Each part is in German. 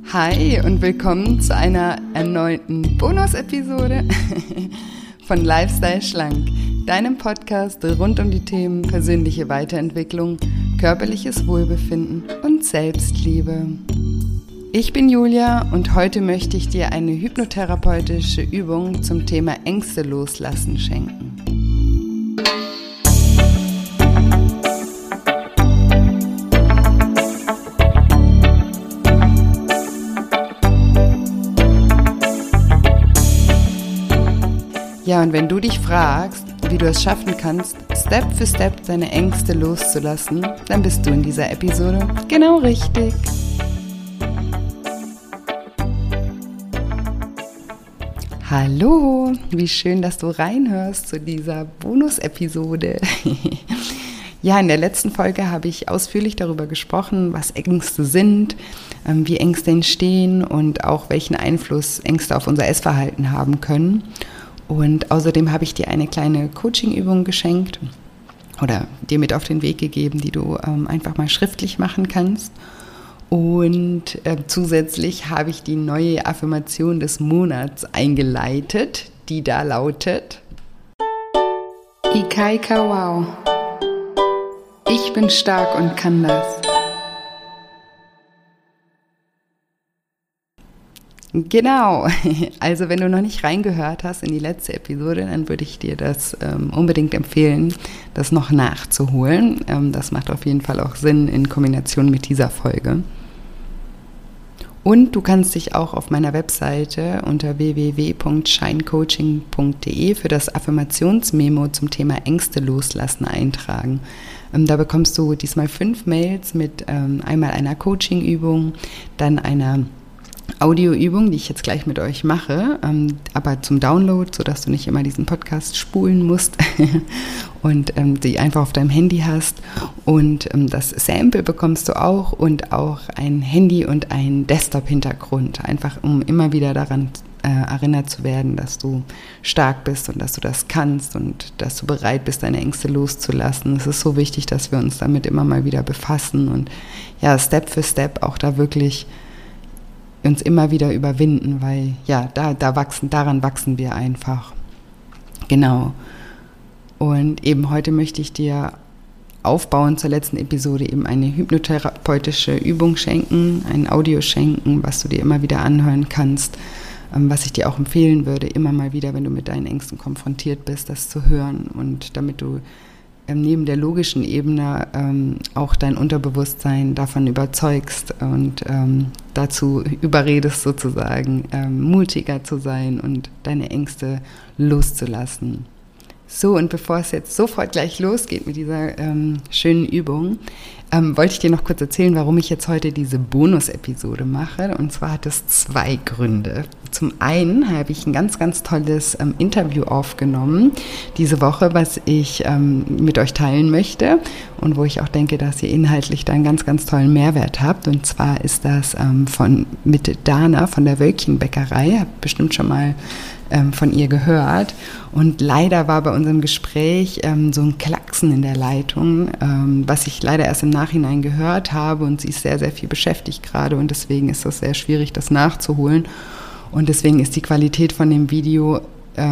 Hi und willkommen zu einer erneuten Bonus-Episode von Lifestyle Schlank, deinem Podcast rund um die Themen persönliche Weiterentwicklung, körperliches Wohlbefinden und Selbstliebe. Ich bin Julia und heute möchte ich dir eine hypnotherapeutische Übung zum Thema Ängste loslassen schenken. Ja, und wenn du dich fragst, wie du es schaffen kannst, Step für Step deine Ängste loszulassen, dann bist du in dieser Episode genau richtig. Hallo, wie schön, dass du reinhörst zu dieser Bonus-Episode. Ja, in der letzten Folge habe ich ausführlich darüber gesprochen, was Ängste sind, wie Ängste entstehen und auch welchen Einfluss Ängste auf unser Essverhalten haben können. Und außerdem habe ich dir eine kleine Coaching-Übung geschenkt oder dir mit auf den Weg gegeben, die du einfach mal schriftlich machen kannst. Und zusätzlich habe ich die neue Affirmation des Monats eingeleitet, die da lautet: Ikaika wow. Ich bin stark und kann das. Genau, also wenn du noch nicht reingehört hast in die letzte Episode, dann würde ich dir das unbedingt empfehlen, das noch nachzuholen. Das macht auf jeden Fall auch Sinn in Kombination mit dieser Folge. Und du kannst dich auch auf meiner Webseite unter www.shinecoaching.de für das Affirmationsmemo zum Thema Ängste loslassen eintragen. Da bekommst du diesmal 5 Mails mit einmal einer Coaching-Übung, dann einer Audioübung, die ich jetzt gleich mit euch mache, aber zum Download, sodass du nicht immer diesen Podcast spulen musst und die einfach auf deinem Handy hast. Und das Sample bekommst du auch und auch ein Handy und ein Desktop-Hintergrund, einfach um immer wieder daran erinnert zu werden, dass du stark bist und dass du das kannst und dass du bereit bist, deine Ängste loszulassen. Es ist so wichtig, dass wir uns damit immer mal wieder befassen und ja, Step für Step auch da wirklich uns immer wieder überwinden, weil ja, daran wachsen wir einfach. Genau. Und eben heute möchte ich dir aufbauend zur letzten Episode eben eine hypnotherapeutische Übung schenken, ein Audio schenken, was du dir immer wieder anhören kannst, was ich dir auch empfehlen würde, immer mal wieder, wenn du mit deinen Ängsten konfrontiert bist, das zu hören und damit du neben der logischen Ebene auch dein Unterbewusstsein davon überzeugst und dazu überredest sozusagen, mutiger zu sein und deine Ängste loszulassen. So, und bevor es jetzt sofort gleich losgeht mit dieser schönen Übung, wollte ich dir noch kurz erzählen, warum ich jetzt heute diese Bonus-Episode mache. Und zwar hat es 2 Gründe. Zum einen habe ich ein ganz, ganz tolles Interview aufgenommen diese Woche, was ich mit euch teilen möchte und wo ich auch denke, dass ihr inhaltlich da einen ganz, ganz tollen Mehrwert habt. Und zwar ist das mit Dana von der Wölkchenbäckerei. Habt bestimmt schon mal von ihr gehört. Und leider war bei unserem Gespräch so ein Klacksen in der Leitung, was ich leider erst im Nachhinein gehört habe, und sie ist sehr, sehr viel beschäftigt gerade und deswegen ist das sehr schwierig, das nachzuholen. Und deswegen ist die Qualität von dem Video,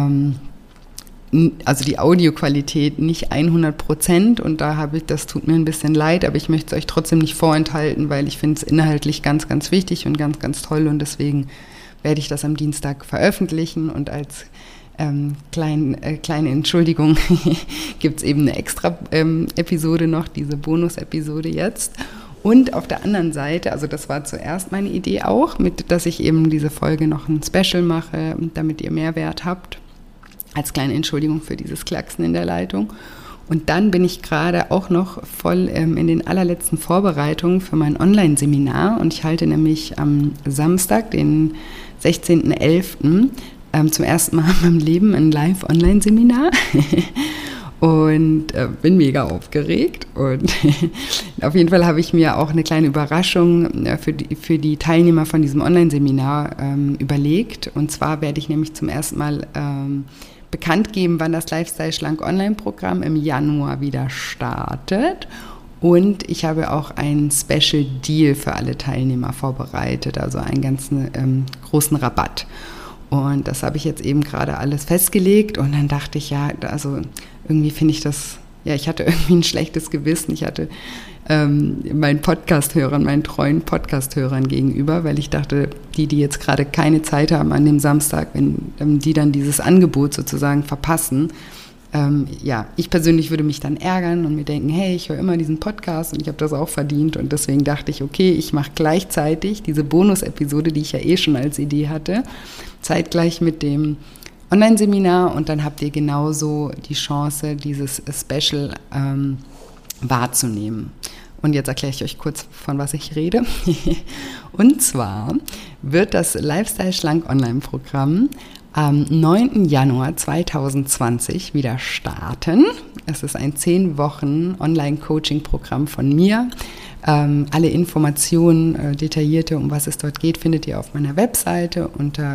also die Audioqualität, nicht 100%, und das tut mir ein bisschen leid, aber ich möchte es euch trotzdem nicht vorenthalten, weil ich finde es inhaltlich ganz, ganz wichtig und ganz, ganz toll, und deswegen werde ich das am Dienstag veröffentlichen, und als kleine Entschuldigung gibt es eben eine extra Episode noch, diese Bonus-Episode jetzt. Und auf der anderen Seite, also das war zuerst meine Idee auch, dass ich eben diese Folge noch ein Special mache, damit ihr Mehrwert habt, als kleine Entschuldigung für dieses Klacksen in der Leitung. Und dann bin ich gerade auch noch voll in den allerletzten Vorbereitungen für mein Online-Seminar, und ich halte nämlich am Samstag, den 16.11., zum ersten Mal in meinem Leben ein Live-Online-Seminar und bin mega aufgeregt, und auf jeden Fall habe ich mir auch eine kleine Überraschung für die Teilnehmer von diesem Online-Seminar überlegt, und zwar werde ich nämlich zum ersten Mal bekannt geben, wann das Lifestyle Schlank Online-Programm im Januar wieder startet. Und ich habe auch einen Special Deal für alle Teilnehmer vorbereitet, also einen ganzen großen Rabatt. Und das habe ich jetzt eben gerade alles festgelegt und dann dachte ich, ja, also irgendwie finde ich das, ja, ich hatte irgendwie ein schlechtes Gewissen. Ich hatte meinen Podcast-Hörern, meinen treuen Podcast-Hörern gegenüber, weil ich dachte, die jetzt gerade keine Zeit haben an dem Samstag, wenn die dann dieses Angebot sozusagen verpassen, ja, ich persönlich würde mich dann ärgern und mir denken, hey, ich höre immer diesen Podcast und ich habe das auch verdient und deswegen dachte ich, okay, ich mache gleichzeitig diese Bonus-Episode, die ich ja schon als Idee hatte, zeitgleich mit dem Online-Seminar und dann habt ihr genauso die Chance, dieses Special wahrzunehmen. Und jetzt erkläre ich euch kurz, von was ich rede. Und zwar wird das Lifestyle Schlank Online-Programm am 9. Januar 2020 wieder starten. Es ist ein 10 Wochen Online-Coaching-Programm von mir. Alle Informationen, detaillierte, um was es dort geht, findet ihr auf meiner Webseite unter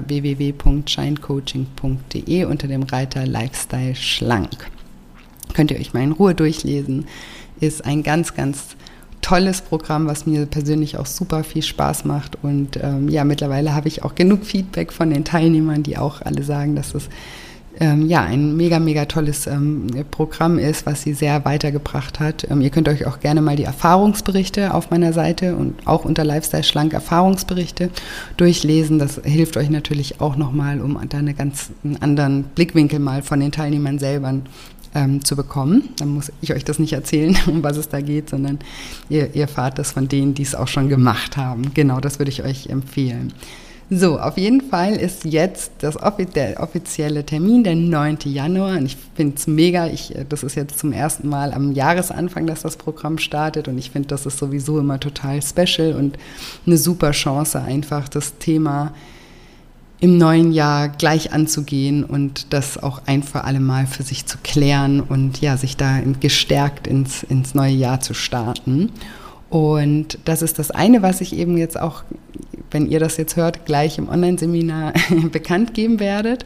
www.shinecoaching.de unter dem Reiter Lifestyle Schlank. Könnt ihr euch mal in Ruhe durchlesen. Ist ein ganz, ganz tolles Programm, was mir persönlich auch super viel Spaß macht und ja, mittlerweile habe ich auch genug Feedback von den Teilnehmern, die auch alle sagen, dass es ja, ein mega, mega tolles Programm ist, was sie sehr weitergebracht hat. Ihr könnt euch auch gerne mal die Erfahrungsberichte auf meiner Seite und auch unter Lifestyle Schlank Erfahrungsberichte durchlesen. Das hilft euch natürlich auch nochmal, um da einen ganz anderen Blickwinkel mal von den Teilnehmern selber zu bekommen. Dann muss ich euch das nicht erzählen, um was es da geht, sondern ihr erfahrt das von denen, die es auch schon gemacht haben. Genau, das würde ich euch empfehlen. So, auf jeden Fall ist jetzt der offizielle Termin, der 9. Januar. Und ich finde es mega. Das ist jetzt zum ersten Mal am Jahresanfang, dass das Programm startet. Und ich finde, das ist sowieso immer total special und eine super Chance, einfach das Thema im neuen Jahr gleich anzugehen und das auch ein für alle Mal für sich zu klären und ja, sich da gestärkt ins neue Jahr zu starten. Und das ist das eine, was ich eben jetzt auch, wenn ihr das jetzt hört, gleich im Online-Seminar bekannt geben werde.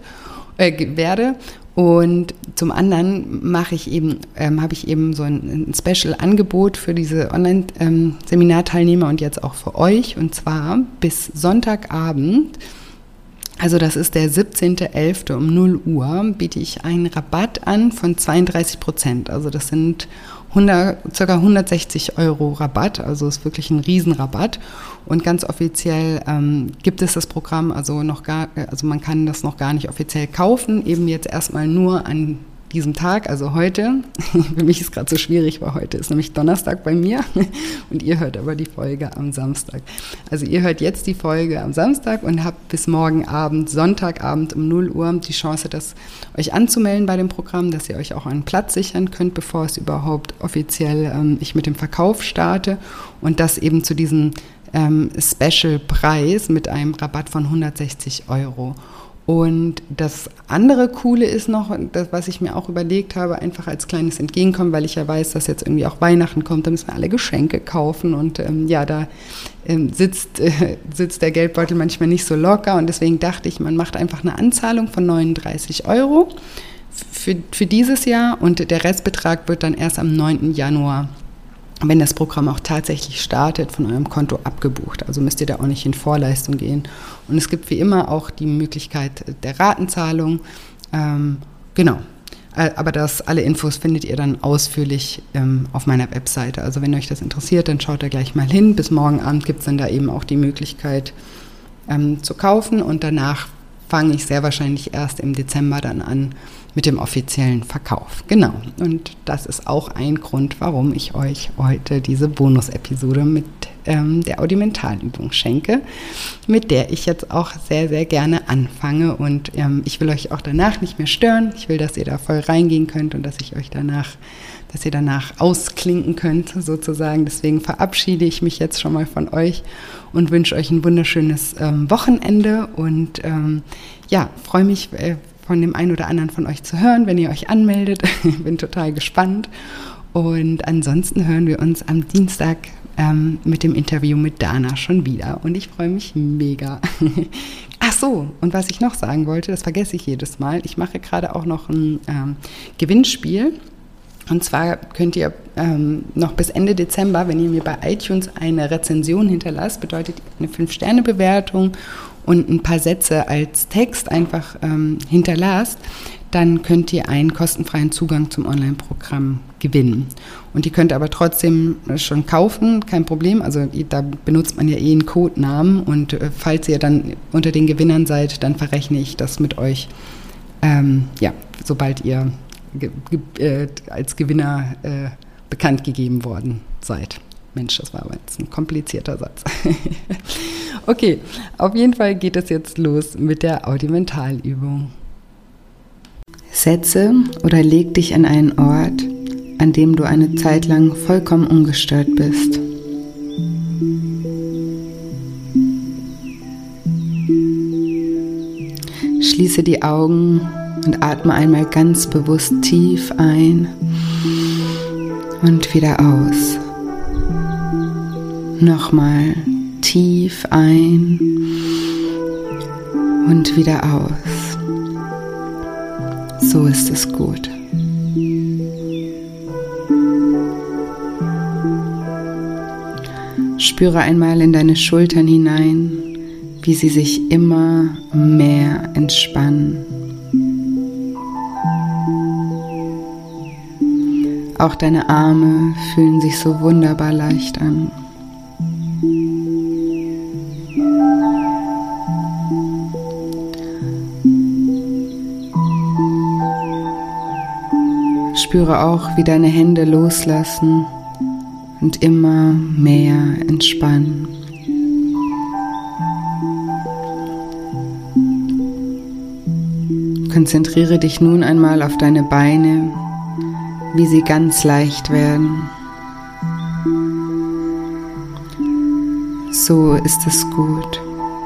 Und zum anderen habe ich eben so ein Special-Angebot für diese Online-Seminarteilnehmer und jetzt auch für euch. Und zwar bis Sonntagabend, also das ist der 17.11. um 0 Uhr, biete ich einen Rabatt an von 32%. Also das sind ca. 160 € Rabatt, also ist wirklich ein Riesenrabatt. Und ganz offiziell gibt es das Programm, also man kann das noch gar nicht offiziell kaufen, eben jetzt erstmal nur an diesem Tag, also heute. Für mich ist gerade so schwierig, weil heute ist nämlich Donnerstag bei mir und ihr hört aber die Folge am Samstag. Also ihr hört jetzt die Folge am Samstag und habt bis morgen Abend, Sonntagabend um 0 Uhr die Chance, euch anzumelden bei dem Programm, dass ihr euch auch einen Platz sichern könnt, bevor es überhaupt offiziell ich mit dem Verkauf starte und das eben zu diesem Special-Preis mit einem Rabatt von 160 €. Und das andere Coole ist noch, das, was ich mir auch überlegt habe, einfach als kleines Entgegenkommen, weil ich ja weiß, dass jetzt irgendwie auch Weihnachten kommt, da müssen wir alle Geschenke kaufen und da sitzt der Geldbeutel manchmal nicht so locker und deswegen dachte ich, man macht einfach eine Anzahlung von 39 € für dieses Jahr und der Restbetrag wird dann erst am 9. Januar, wenn das Programm auch tatsächlich startet, von eurem Konto abgebucht. Also müsst ihr da auch nicht in Vorleistung gehen. Und es gibt wie immer auch die Möglichkeit der Ratenzahlung. Genau. Aber alle Infos findet ihr dann ausführlich auf meiner Webseite. Also wenn euch das interessiert, dann schaut da gleich mal hin. Bis morgen Abend gibt es dann da eben auch die Möglichkeit zu kaufen. Und danach fange ich sehr wahrscheinlich erst im Dezember dann an mit dem offiziellen Verkauf. Genau. Und das ist auch ein Grund, warum ich euch heute diese Bonus-Episode mit der Audimentalübung schenke, mit der ich jetzt auch sehr, sehr gerne anfange. Und ich will euch auch danach nicht mehr stören. Ich will, dass ihr da voll reingehen könnt und dass ihr danach ausklinken könnt, sozusagen. Deswegen verabschiede ich mich jetzt schon mal von euch und wünsche euch ein wunderschönes Wochenende und freue mich, von dem einen oder anderen von euch zu hören, wenn ihr euch anmeldet. Bin total gespannt. Und ansonsten hören wir uns am Dienstag mit dem Interview mit Dana schon wieder. Und ich freue mich mega. Ach so, und was ich noch sagen wollte, das vergesse ich jedes Mal. Ich mache gerade auch noch ein Gewinnspiel. Und zwar könnt ihr noch bis Ende Dezember, wenn ihr mir bei iTunes eine Rezension hinterlasst, bedeutet eine 5-Sterne-Bewertung und ein paar Sätze als Text einfach hinterlasst, dann könnt ihr einen kostenfreien Zugang zum Online-Programm gewinnen. Und die könnt ihr aber trotzdem schon kaufen, kein Problem. Also da benutzt man ja einen Codenamen und falls ihr dann unter den Gewinnern seid, dann verrechne ich das mit euch, sobald ihr als Gewinner bekannt gegeben worden seid. Mensch, das war aber jetzt ein komplizierter Satz. Okay, auf jeden Fall geht es jetzt los mit der Audimentalübung. Setze oder leg dich an einen Ort, an dem du eine Zeit lang vollkommen ungestört bist. Schließe die Augen und atme einmal ganz bewusst tief ein und wieder aus. Nochmal tief ein und wieder aus. So ist es gut. Spüre einmal in deine Schultern hinein, wie sie sich immer mehr entspannen. Auch deine Arme fühlen sich so wunderbar leicht an. Spüre auch, wie deine Hände loslassen und immer mehr entspannen. Konzentriere dich nun einmal auf deine Beine, wie sie ganz leicht werden. So ist es gut.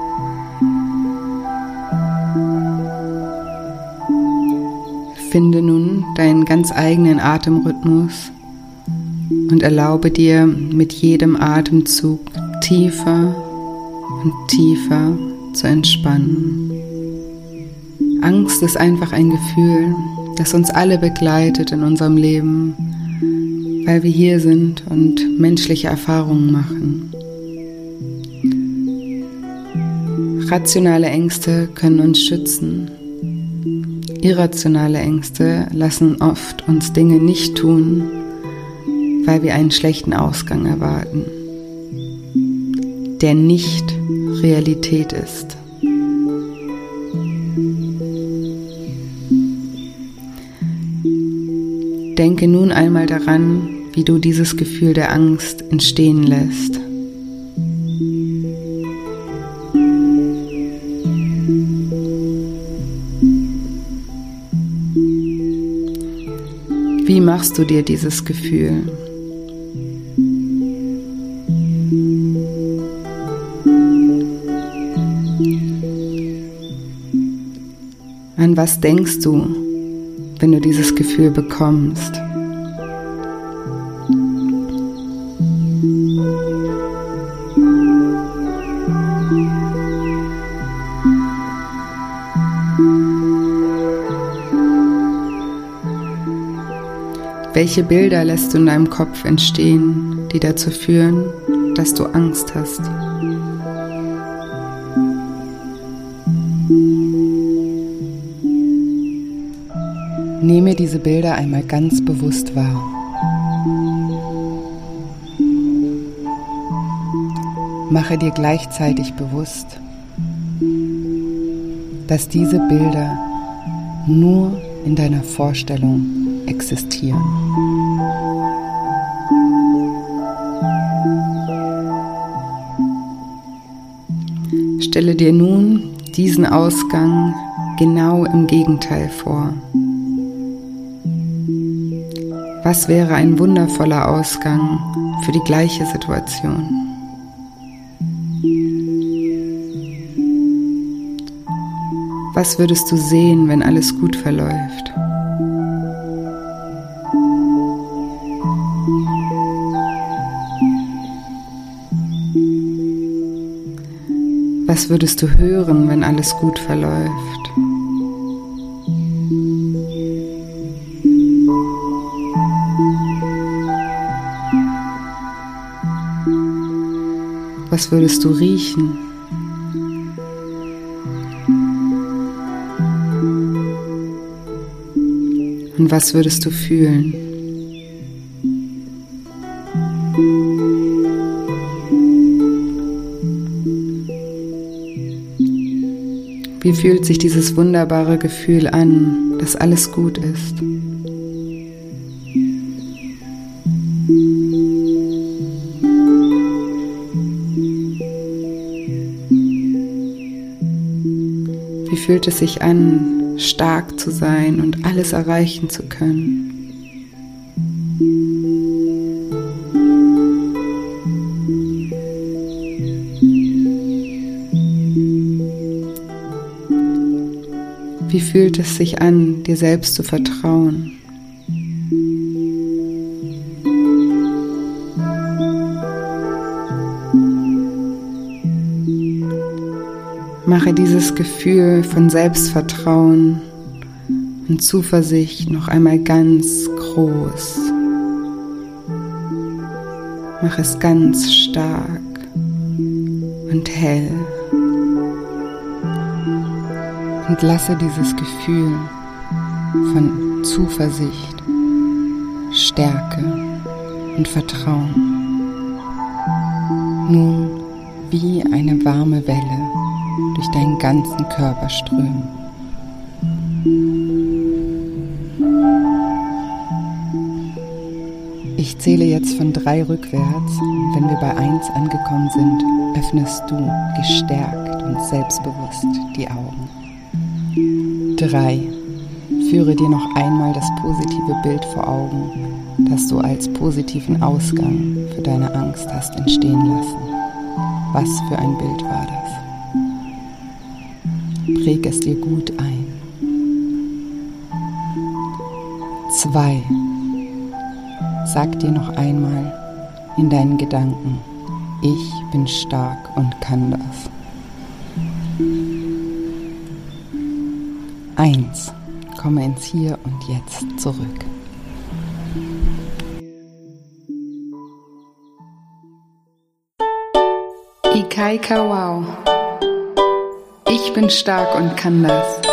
Finde nun deinen ganz eigenen Atemrhythmus und erlaube dir mit jedem Atemzug tiefer und tiefer zu entspannen. Angst ist einfach ein Gefühl, das uns alle begleitet in unserem Leben, weil wir hier sind und menschliche Erfahrungen machen. Rationale Ängste können uns schützen. Irrationale Ängste lassen oft uns Dinge nicht tun, weil wir einen schlechten Ausgang erwarten, der nicht Realität ist. Denke nun einmal daran, wie du dieses Gefühl der Angst entstehen lässt. Wie machst du dir dieses Gefühl? An was denkst du, wenn du dieses Gefühl bekommst? Welche Bilder lässt du in deinem Kopf entstehen, die dazu führen, dass du Angst hast? Nehme diese Bilder einmal ganz bewusst wahr. Mache dir gleichzeitig bewusst, dass diese Bilder nur in deiner Vorstellung existieren. Stelle dir nun diesen Ausgang genau im Gegenteil vor. Was wäre ein wundervoller Ausgang für die gleiche Situation? Was würdest du sehen, wenn alles gut verläuft? Was würdest du hören, wenn alles gut verläuft? Was würdest du riechen? Und was würdest du fühlen? Wie fühlt sich dieses wunderbare Gefühl an, dass alles gut ist? Wie fühlt es sich an, stark zu sein und alles erreichen zu können? Wie fühlt es sich an, dir selbst zu vertrauen? Mache dieses Gefühl von Selbstvertrauen und Zuversicht noch einmal ganz groß. Mach es ganz stark und hell. Und lasse dieses Gefühl von Zuversicht, Stärke und Vertrauen nun wie eine warme Welle durch deinen ganzen Körper strömen. Ich zähle jetzt von 3 rückwärts und wenn wir bei 1 angekommen sind, öffnest du gestärkt und selbstbewusst die Augen. 3. Führe dir noch einmal das positive Bild vor Augen, das du als positiven Ausgang für deine Angst hast entstehen lassen. Was für ein Bild war das? Präg es dir gut ein. 2. Sag dir noch einmal in deinen Gedanken, ich bin stark und kann das. 1. Komme ins Hier und Jetzt zurück. Ikai Kawau. Ich bin stark und kann das.